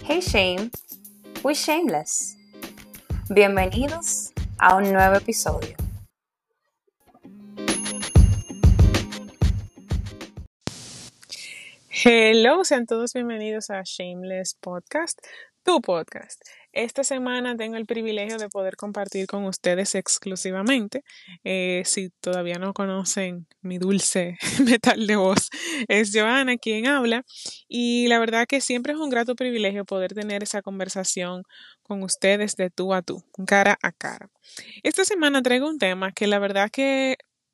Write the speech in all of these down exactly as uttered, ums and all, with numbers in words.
Hey Shame, we shameless. Bienvenidos a un nuevo episodio. Hello, sean todos bienvenidos a Shameless Podcast, tu podcast. Esta semana tengo el privilegio de poder compartir con ustedes exclusivamente. Eh, si todavía no conocen mi dulce metal de voz, es Joana quien habla. Y la verdad que siempre es un grato privilegio poder tener esa conversación con ustedes de tú a tú, cara a cara. Esta semana traigo un tema que la verdad que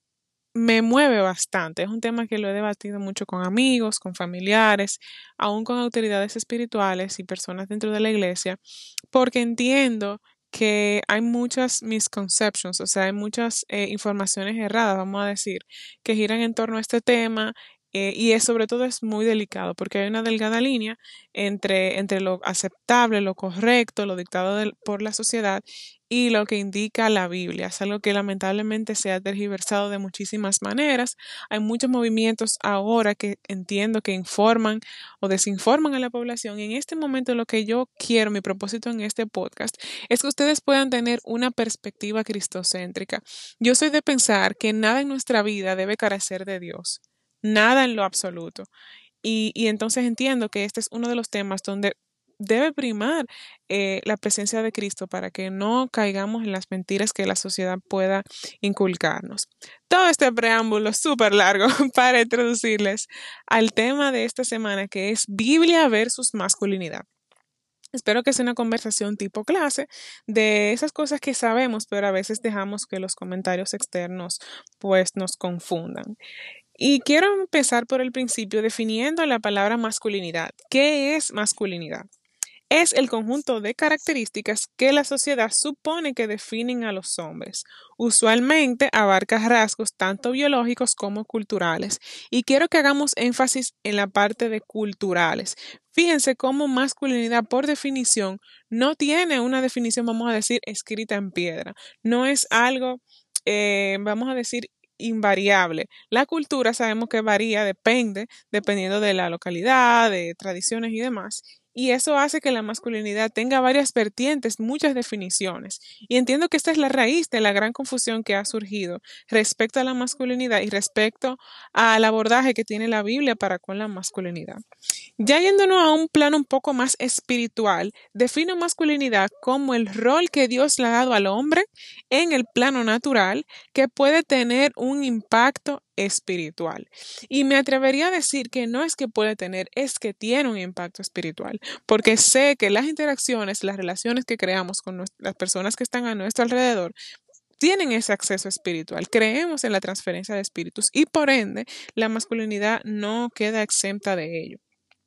me mueve bastante. Es un tema que lo he debatido mucho con amigos, con familiares, aún con autoridades espirituales y personas dentro de la iglesia, porque entiendo que hay muchas misconceptions, o sea, hay muchas eh, informaciones erradas, vamos a decir, que giran en torno a este tema. Eh, y es, sobre todo es muy delicado porque hay una delgada línea entre, entre lo aceptable, lo correcto, lo dictado del- por la sociedad y lo que indica la Biblia. Es algo que lamentablemente se ha tergiversado de muchísimas maneras. Hay muchos movimientos ahora que entiendo que informan o desinforman a la población. Y en este momento lo que yo quiero, mi propósito en este podcast, es que ustedes puedan tener una perspectiva cristocéntrica. Yo soy de pensar que nada en nuestra vida debe carecer de Dios. Nada en lo absoluto. Y, y entonces entiendo que este es uno de los temas donde debe primar eh, la presencia de Cristo para que no caigamos en las mentiras que la sociedad pueda inculcarnos. Todo este preámbulo súper largo para introducirles al tema de esta semana, que es Biblia versus masculinidad. Espero que sea una conversación tipo clase de esas cosas que sabemos, pero a veces dejamos que los comentarios externos pues nos confundan. Y quiero empezar por el principio definiendo la palabra masculinidad. ¿Qué es masculinidad? Es el conjunto de características que la sociedad supone que definen a los hombres. Usualmente abarca rasgos tanto biológicos como culturales. Y quiero que hagamos énfasis en la parte de culturales. Fíjense cómo masculinidad, por definición, no tiene una definición, vamos a decir, escrita en piedra. No es algo, eh, vamos a decir, invariable. La cultura sabemos que varía, depende, dependiendo de la localidad, de tradiciones y demás. Y eso hace que la masculinidad tenga varias vertientes, muchas definiciones. Y entiendo que esta es la raíz de la gran confusión que ha surgido respecto a la masculinidad y respecto al abordaje que tiene la Biblia para con la masculinidad. Ya yéndonos a un plano un poco más espiritual, defino masculinidad como el rol que Dios le ha dado al hombre en el plano natural que puede tener un impacto espiritual. Y me atrevería a decir que no es que puede tener, es que tiene un impacto espiritual, porque sé que las interacciones, las relaciones que creamos con nues- las personas que están a nuestro alrededor, tienen ese acceso espiritual. Creemos en la transferencia de espíritus y por ende la masculinidad no queda exenta de ello.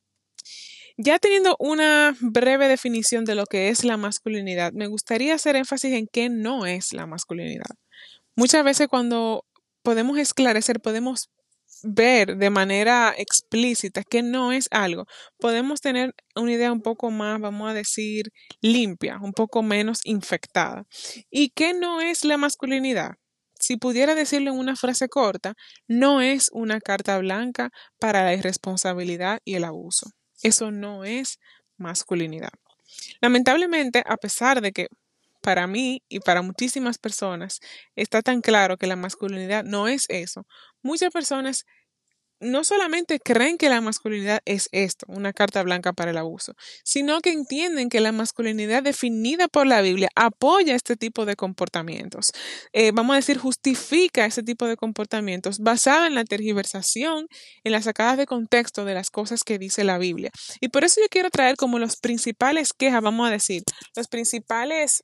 Ya teniendo una breve definición de lo que es la masculinidad, me gustaría hacer énfasis en qué no es la masculinidad. Muchas veces cuando podemos esclarecer, podemos ver de manera explícita que no es algo, podemos tener una idea un poco más, vamos a decir, limpia, un poco menos infectada. ¿Y qué no es la masculinidad? Si pudiera decirlo en una frase corta, no es una carta blanca para la irresponsabilidad y el abuso. Eso no es masculinidad. Lamentablemente, a pesar de que para mí y para muchísimas personas está tan claro que la masculinidad no es eso, muchas personas no solamente creen que la masculinidad es esto, una carta blanca para el abuso, sino que entienden que la masculinidad definida por la Biblia apoya este tipo de comportamientos. Eh, vamos a decir, justifica ese tipo de comportamientos basada en la tergiversación, en las sacadas de contexto de las cosas que dice la Biblia. Y por eso yo quiero traer como los principales quejas, vamos a decir, los principales,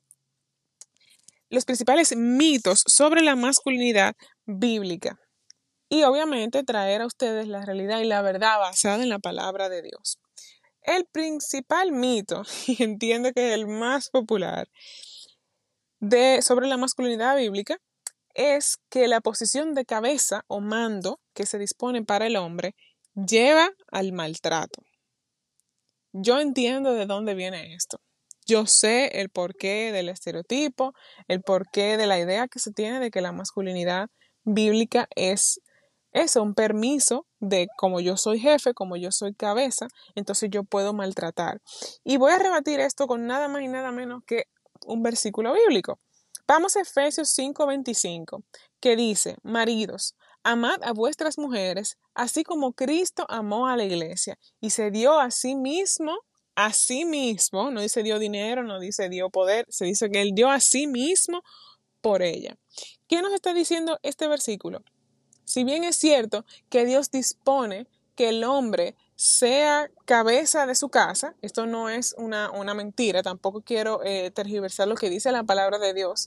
los principales mitos sobre la masculinidad bíblica. Y obviamente traer a ustedes la realidad y la verdad basada en la palabra de Dios. El principal mito, y entiendo que es el más popular, de, sobre la masculinidad bíblica, es que la posición de cabeza o mando que se dispone para el hombre lleva al maltrato. Yo entiendo de dónde viene esto. Yo sé el porqué del estereotipo, el porqué de la idea que se tiene de que la masculinidad bíblica es eso, un permiso de como yo soy jefe, como yo soy cabeza, entonces yo puedo maltratar. Y voy a rebatir esto con nada más y nada menos que un versículo bíblico. Vamos a Efesios cinco veinticinco, que dice: maridos, amad a vuestras mujeres, así como Cristo amó a la iglesia y se dio a sí mismo, a sí mismo, no dice dio dinero, no dice dio poder, se dice que él dio a sí mismo por ella. ¿Qué nos está diciendo este versículo? Si bien es cierto que Dios dispone que el hombre sea cabeza de su casa, esto no es una, una mentira, tampoco quiero eh, tergiversar lo que dice la palabra de Dios,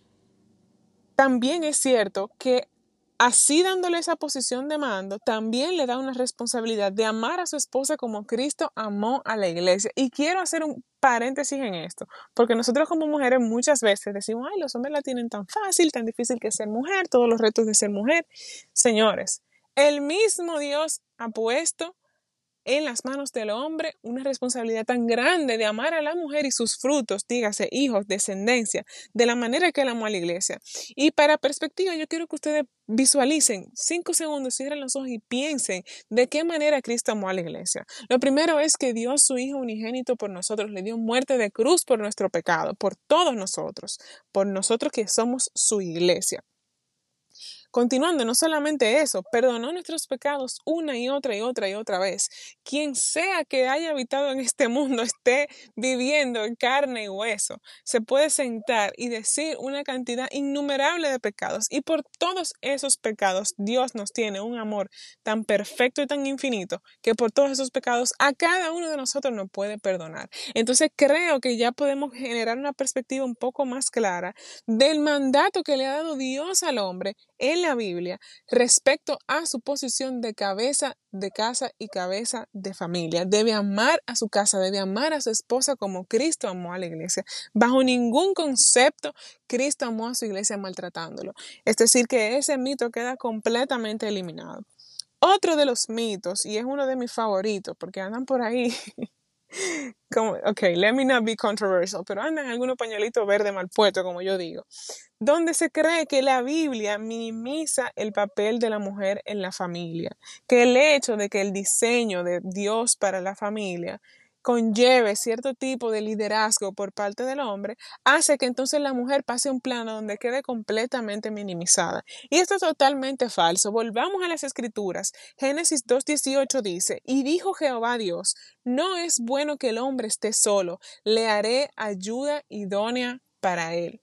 también es cierto que así dándole esa posición de mando, también le da una responsabilidad de amar a su esposa como Cristo amó a la iglesia. Y quiero hacer un paréntesis en esto, porque nosotros como mujeres muchas veces decimos, ay, los hombres la tienen tan fácil, tan difícil que ser mujer, todos los retos de ser mujer. Señores, el mismo Dios ha puesto en las manos del hombre una responsabilidad tan grande de amar a la mujer y sus frutos, dígase hijos, descendencia, de la manera que él amó a la iglesia. Y para perspectiva, yo quiero que ustedes visualicen cinco segundos, cierren los ojos y piensen de qué manera Cristo amó a la iglesia. Lo primero es que dio a su Hijo unigénito por nosotros, le dio muerte de cruz por nuestro pecado, por todos nosotros, por nosotros que somos su iglesia. Continuando, no solamente eso, perdonó nuestros pecados una y otra y otra y otra vez. Quien sea que haya habitado en este mundo, esté viviendo en carne y hueso, se puede sentar y decir una cantidad innumerable de pecados. Y por todos esos pecados, Dios nos tiene un amor tan perfecto y tan infinito que por todos esos pecados a cada uno de nosotros nos puede perdonar. Entonces creo que ya podemos generar una perspectiva un poco más clara del mandato que le ha dado Dios al hombre en la Biblia respecto a su posición de cabeza de casa y cabeza de familia. Debe amar a su casa, debe amar a su esposa como Cristo amó a la iglesia. Bajo ningún concepto Cristo amó a su iglesia maltratándolo. Es decir, que ese mito queda completamente eliminado. Otro de los mitos, y es uno de mis favoritos, porque andan por ahí como, ok, let me not be controversial, pero andan algunos pañuelitos verdes mal puestos, como yo digo, donde se cree que la Biblia minimiza el papel de la mujer en la familia, que el hecho de que el diseño de Dios para la familia conlleve cierto tipo de liderazgo por parte del hombre, hace que entonces la mujer pase a un plano donde quede completamente minimizada. Y esto es totalmente falso. Volvamos a las escrituras. Génesis dos dieciocho dice, y dijo Jehová Dios, no es bueno que el hombre esté solo, le haré ayuda idónea para él.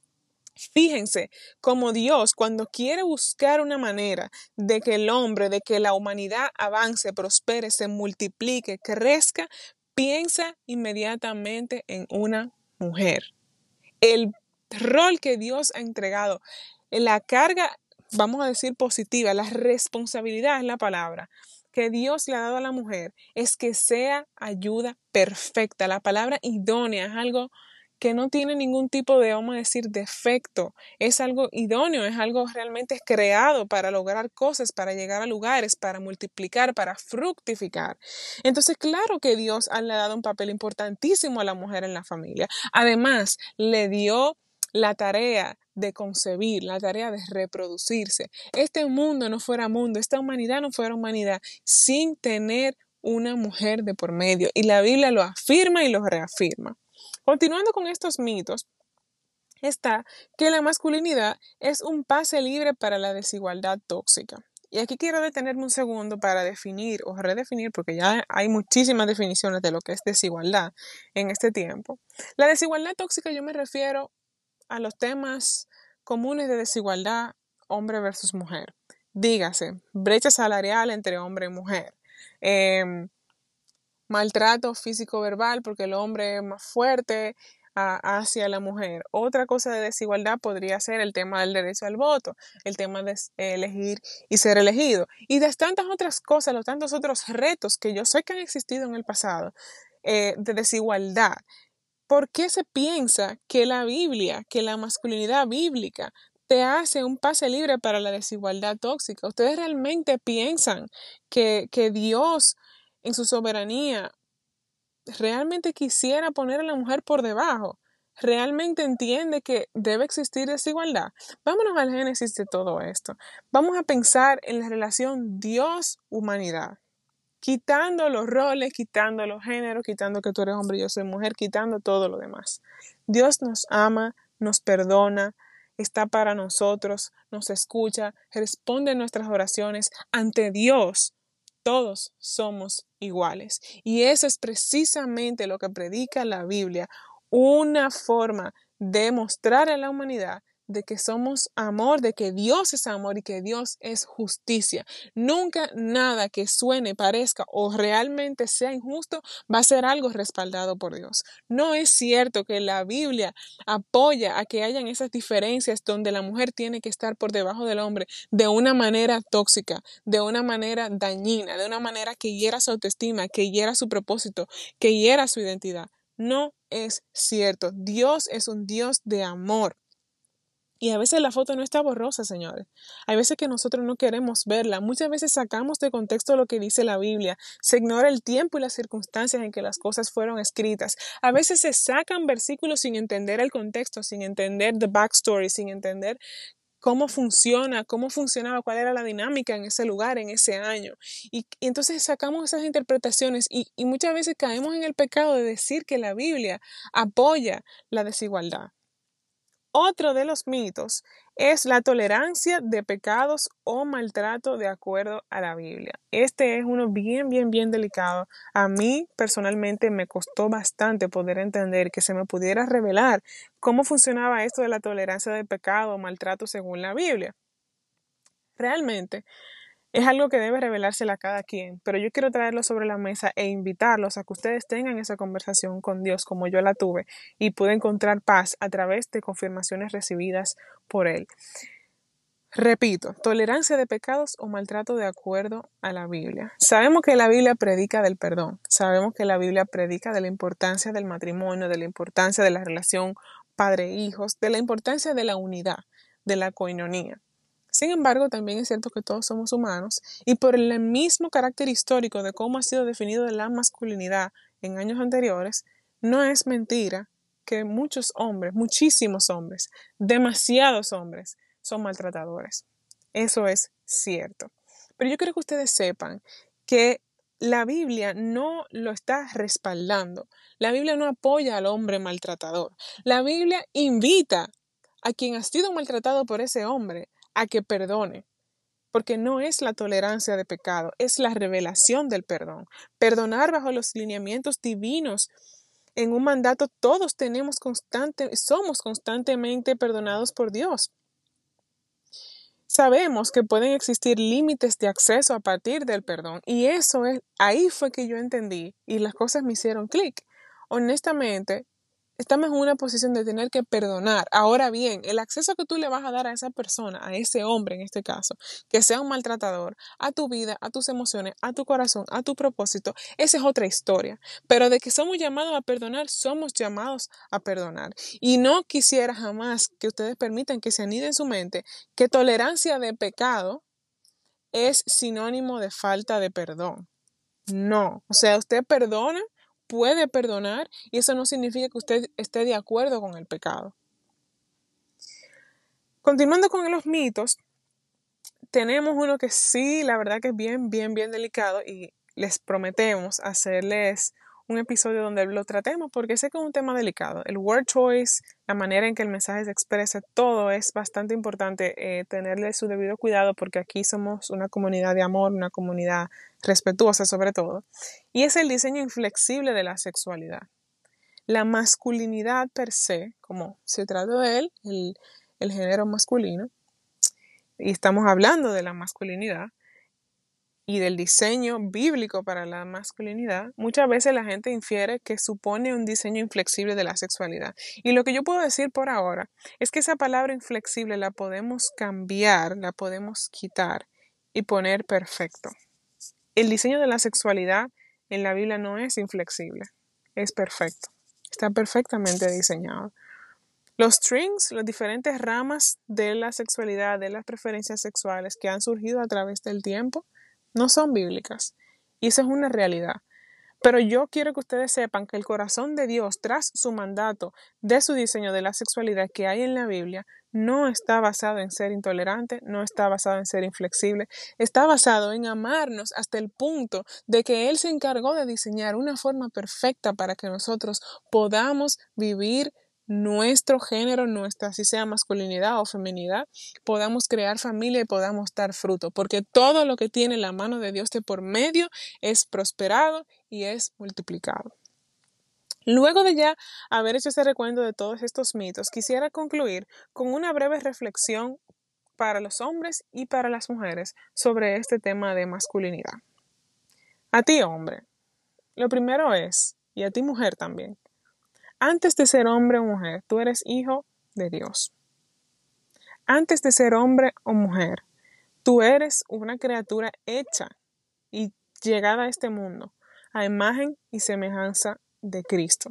Fíjense cómo Dios, cuando quiere buscar una manera de que el hombre, de que la humanidad avance, prospere, se multiplique, crezca, piensa inmediatamente en una mujer. El rol que Dios ha entregado, la carga, vamos a decir positiva, la responsabilidad es la palabra que Dios le ha dado a la mujer, es que sea ayuda perfecta. La palabra idónea es algo que no tiene ningún tipo de, vamos a decir, defecto. Es algo idóneo, es algo realmente creado para lograr cosas, para llegar a lugares, para multiplicar, para fructificar. Entonces, claro que Dios le ha dado un papel importantísimo a la mujer en la familia. Además, le dio la tarea de concebir, la tarea de reproducirse. Este mundo no fuera mundo, esta humanidad no fuera humanidad sin tener una mujer de por medio. Y la Biblia lo afirma y lo reafirma. Continuando con estos mitos, está que la masculinidad es un pase libre para la desigualdad tóxica. Y aquí quiero detenerme un segundo para definir o redefinir, porque ya hay muchísimas definiciones de lo que es desigualdad en este tiempo. La desigualdad tóxica yo me refiero a los temas comunes de desigualdad hombre versus mujer. Dígase, brecha salarial entre hombre y mujer. Eh, maltrato físico-verbal porque el hombre es más fuerte a, hacia la mujer. Otra cosa de desigualdad podría ser el tema del derecho al voto, el tema de elegir y ser elegido. Y de tantas otras cosas, los tantos otros retos que yo sé que han existido en el pasado eh, de desigualdad. ¿Por qué se piensa que la Biblia, que la masculinidad bíblica te hace un pase libre para la desigualdad tóxica? ¿Ustedes realmente piensan que, que Dios en su soberanía realmente quisiera poner a la mujer por debajo? realmente entiende que debe existir desigualdad? Vámonos al génesis de todo esto. Vamos a pensar en la relación Dios-humanidad. Quitando los roles, quitando los géneros, quitando que tú eres hombre y yo soy mujer, quitando todo lo demás. Dios nos ama, nos perdona, está para nosotros, nos escucha, responde nuestras oraciones. Ante Dios, todos somos iguales. Y eso es precisamente lo que predica la Biblia, una forma de mostrar a la humanidad de que somos amor, de que Dios es amor y que Dios es justicia. Nunca nada que suene, parezca o realmente sea injusto va a ser algo respaldado por Dios. No es cierto que la Biblia apoya a que hayan esas diferencias donde la mujer tiene que estar por debajo del hombre de una manera tóxica, de una manera dañina, de una manera que hiera su autoestima, que hiera su propósito, que hiera su identidad. No es cierto. Dios es un Dios de amor. Y a veces la foto no está borrosa, señores. Hay veces que nosotros no queremos verla. Muchas veces sacamos de contexto lo que dice la Biblia. Se ignora el tiempo y las circunstancias en que las cosas fueron escritas. A veces se sacan versículos sin entender el contexto, sin entender the backstory, sin entender cómo funciona, cómo funcionaba, cuál era la dinámica en ese lugar, en ese año. Y, y entonces sacamos esas interpretaciones y, y muchas veces caemos en el pecado de decir que la Biblia apoya la desigualdad. Otro de los mitos es la tolerancia de pecados o maltrato de acuerdo a la Biblia. Este es uno bien, bien, bien delicado. A mí personalmente me costó bastante poder entender que se me pudiera revelar cómo funcionaba esto de la tolerancia de pecado o maltrato según la Biblia. Realmente es algo que debe revelársela a cada quien, pero yo quiero traerlo sobre la mesa e invitarlos a que ustedes tengan esa conversación con Dios como yo la tuve y pude encontrar paz a través de confirmaciones recibidas por Él. Repito, tolerancia de pecados o maltrato de acuerdo a la Biblia. Sabemos que la Biblia predica del perdón, sabemos que la Biblia predica de la importancia del matrimonio, de la importancia de la relación padre-hijos, de la importancia de la unidad, de la coinonía. Sin embargo, también es cierto que todos somos humanos y por el mismo carácter histórico de cómo ha sido definido la masculinidad en años anteriores, no es mentira que muchos hombres, muchísimos hombres, demasiados hombres, son maltratadores. Eso es cierto. Pero yo quiero que ustedes sepan que la Biblia no lo está respaldando. La Biblia no apoya al hombre maltratador. La Biblia invita a quien ha sido maltratado por ese hombre a que perdone, porque no es la tolerancia de pecado, es la revelación del perdón. Perdonar bajo los lineamientos divinos en un mandato, todos tenemos constante, somos constantemente perdonados por Dios. Sabemos que pueden existir límites de acceso a partir del perdón y eso es, ahí fue que yo entendí y las cosas me hicieron clic. Honestamente, estamos en una posición de tener que perdonar. Ahora bien, el acceso que tú le vas a dar a esa persona, a ese hombre en este caso, que sea un maltratador, a tu vida, a tus emociones, a tu corazón, a tu propósito, esa es otra historia. Pero de que somos llamados a perdonar, somos llamados a perdonar. Y no quisiera jamás que ustedes permitan que se anide en su mente que tolerancia de pecado es sinónimo de falta de perdón. No, o sea, usted perdona, puede perdonar y eso no significa que usted esté de acuerdo con el pecado. Continuando con los mitos, tenemos uno que sí, la verdad que es bien, bien, bien delicado y les prometemos hacerles un episodio donde lo tratemos porque sé que es un tema delicado. El word choice, la manera en que el mensaje se expresa, todo es bastante importante eh, tenerle su debido cuidado porque aquí somos una comunidad de amor, una comunidad respetuosa sobre todo. Y es el diseño inflexible de la sexualidad. La masculinidad per se, como se trata de él, el, el género masculino, y estamos hablando de la masculinidad, y del diseño bíblico para la masculinidad, muchas veces la gente infiere que supone un diseño inflexible de la sexualidad. Y lo que yo puedo decir por ahora es que esa palabra inflexible la podemos cambiar, la podemos quitar y poner perfecto. El diseño de la sexualidad en la Biblia no es inflexible, es perfecto. Está perfectamente diseñado. Los strings, las diferentes ramas de la sexualidad, de las preferencias sexuales que han surgido a través del tiempo, no son bíblicas. Y esa es una realidad. Pero yo quiero que ustedes sepan que el corazón de Dios, tras su mandato de su diseño de la sexualidad que hay en la Biblia, no está basado en ser intolerante, no está basado en ser inflexible, está basado en amarnos hasta el punto de que Él se encargó de diseñar una forma perfecta para que nosotros podamos vivir nuestro género, nuestra, si sea masculinidad o feminidad, podamos crear familia y podamos dar fruto, porque todo lo que tiene la mano de Dios de por medio es prosperado y es multiplicado. Luego de ya haber hecho ese recuento de todos estos mitos, quisiera concluir con una breve reflexión para los hombres y para las mujeres sobre este tema de masculinidad. A ti, hombre, lo primero es, y a ti, mujer también, antes de ser hombre o mujer, tú eres hijo de Dios. Antes de ser hombre o mujer, tú eres una criatura hecha y llegada a este mundo a imagen y semejanza de Cristo.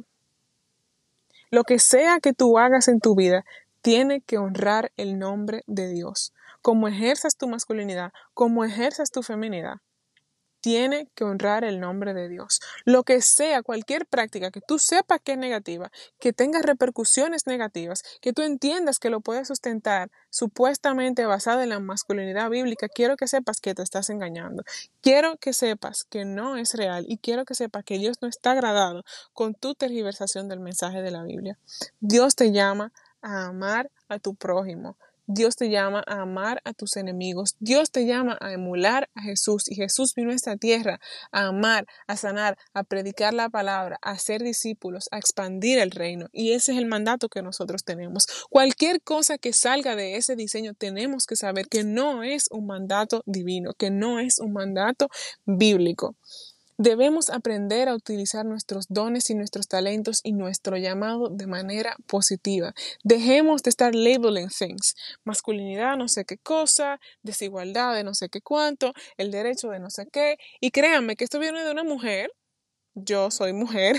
Lo que sea que tú hagas en tu vida tiene que honrar el nombre de Dios. Como ejerzas tu masculinidad, como ejerzas tu feminidad, tiene que honrar el nombre de Dios. Lo que sea, cualquier práctica que tú sepas que es negativa, que tenga repercusiones negativas, que tú entiendas que lo puedes sustentar supuestamente basada en la masculinidad bíblica, quiero que sepas que te estás engañando. Quiero que sepas que no es real y quiero que sepas que Dios no está agradado con tu tergiversación del mensaje de la Biblia. Dios te llama a amar a tu prójimo. Dios te llama a amar a tus enemigos. Dios te llama a emular a Jesús. Y Jesús vino a esta tierra a amar, a sanar, a predicar la palabra, a ser discípulos, a expandir el reino. Y ese es el mandato que nosotros tenemos. Cualquier cosa que salga de ese diseño, tenemos que saber que no es un mandato divino, que no es un mandato bíblico. Debemos aprender a utilizar nuestros dones y nuestros talentos y nuestro llamado de manera positiva. Dejemos de estar labeling things. Masculinidad no sé qué cosa, desigualdad de no sé qué cuánto, el derecho de no sé qué. Y créanme que esto viene de una mujer. Yo soy mujer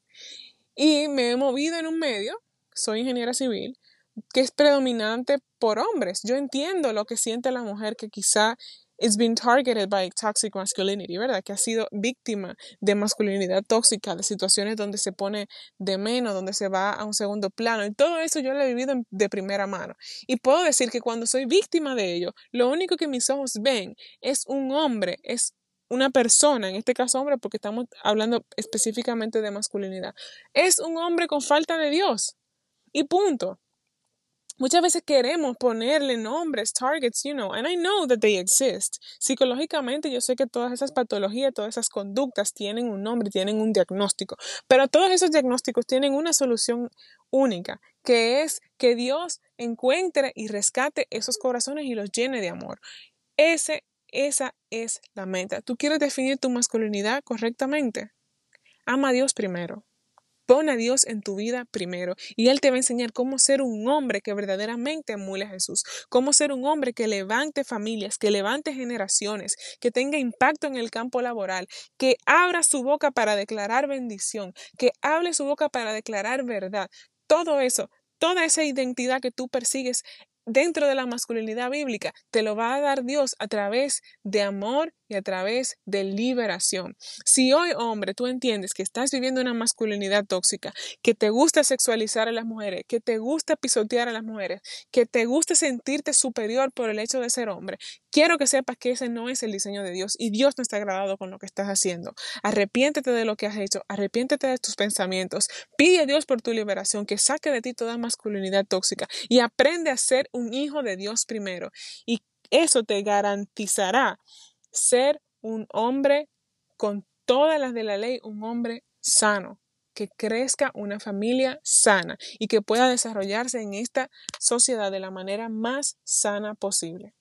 y me he movido en un medio, soy ingeniera civil, que es predominante por hombres. Yo entiendo lo que siente la mujer que quizá is being targeted by toxic masculinity, ¿verdad? Que ha sido víctima de masculinidad tóxica, de situaciones donde se pone de menos, donde se va a un segundo plano. Y todo eso yo lo he vivido de primera mano. Y puedo decir que cuando soy víctima de ello, lo único que mis ojos ven es un hombre, es una persona, en este caso hombre, porque estamos hablando específicamente de masculinidad. Es un hombre con falta de Dios. Y punto. Muchas veces queremos ponerle nombres, targets, you know, and I know that they exist. Psicológicamente yo sé que todas esas patologías, todas esas conductas tienen un nombre, tienen un diagnóstico, pero todos esos diagnósticos tienen una solución única, que es que Dios encuentre y rescate esos corazones y los llene de amor. Ese, esa es la meta. ¿Tú quieres definir tu masculinidad correctamente? Ama a Dios primero. Pon a Dios en tu vida primero y Él te va a enseñar cómo ser un hombre que verdaderamente emule a Jesús, cómo ser un hombre que levante familias, que levante generaciones, que tenga impacto en el campo laboral, que abra su boca para declarar bendición, que hable su boca para declarar verdad. Todo eso, toda esa identidad que tú persigues dentro de la masculinidad bíblica, te lo va a dar Dios a través de amor y a través de liberación. Si hoy, hombre, tú entiendes que estás viviendo una masculinidad tóxica, que te gusta sexualizar a las mujeres, que te gusta pisotear a las mujeres, que te gusta sentirte superior por el hecho de ser hombre, quiero que sepas que ese no es el diseño de Dios y Dios no está agradado con lo que estás haciendo. Arrepiéntete de lo que has hecho, arrepiéntete de tus pensamientos, pide a Dios por tu liberación, que saque de ti toda masculinidad tóxica y aprende a ser un hijo de Dios primero. Y eso te garantizará ser un hombre con todas las de la ley, un hombre sano, que crezca una familia sana y que pueda desarrollarse en esta sociedad de la manera más sana posible.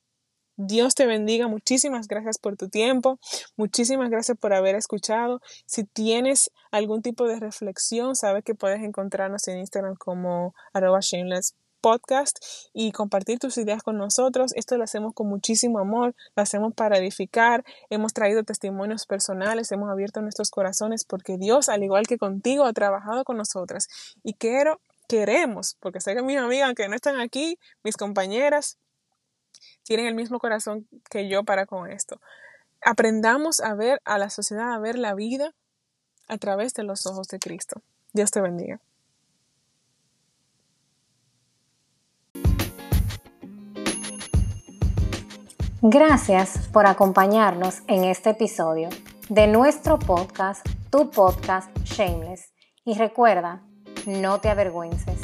Dios te bendiga, muchísimas gracias por tu tiempo, muchísimas gracias por haber escuchado. Si tienes algún tipo de reflexión, sabes que puedes encontrarnos en Instagram como arroba shameless podcast y compartir tus ideas con nosotros. Esto lo hacemos con muchísimo amor, lo hacemos para edificar, hemos traído testimonios personales, hemos abierto nuestros corazones porque Dios, al igual que contigo, ha trabajado con nosotras y quiero, queremos, porque sé que mis amigas, aunque no están aquí, mis compañeras, tienen el mismo corazón que yo para con esto. Aprendamos a ver a la sociedad, a ver la vida a través de los ojos de Cristo. Dios te bendiga. Gracias por acompañarnos en este episodio de nuestro podcast, tu podcast Shameless. Y recuerda, no te avergüences.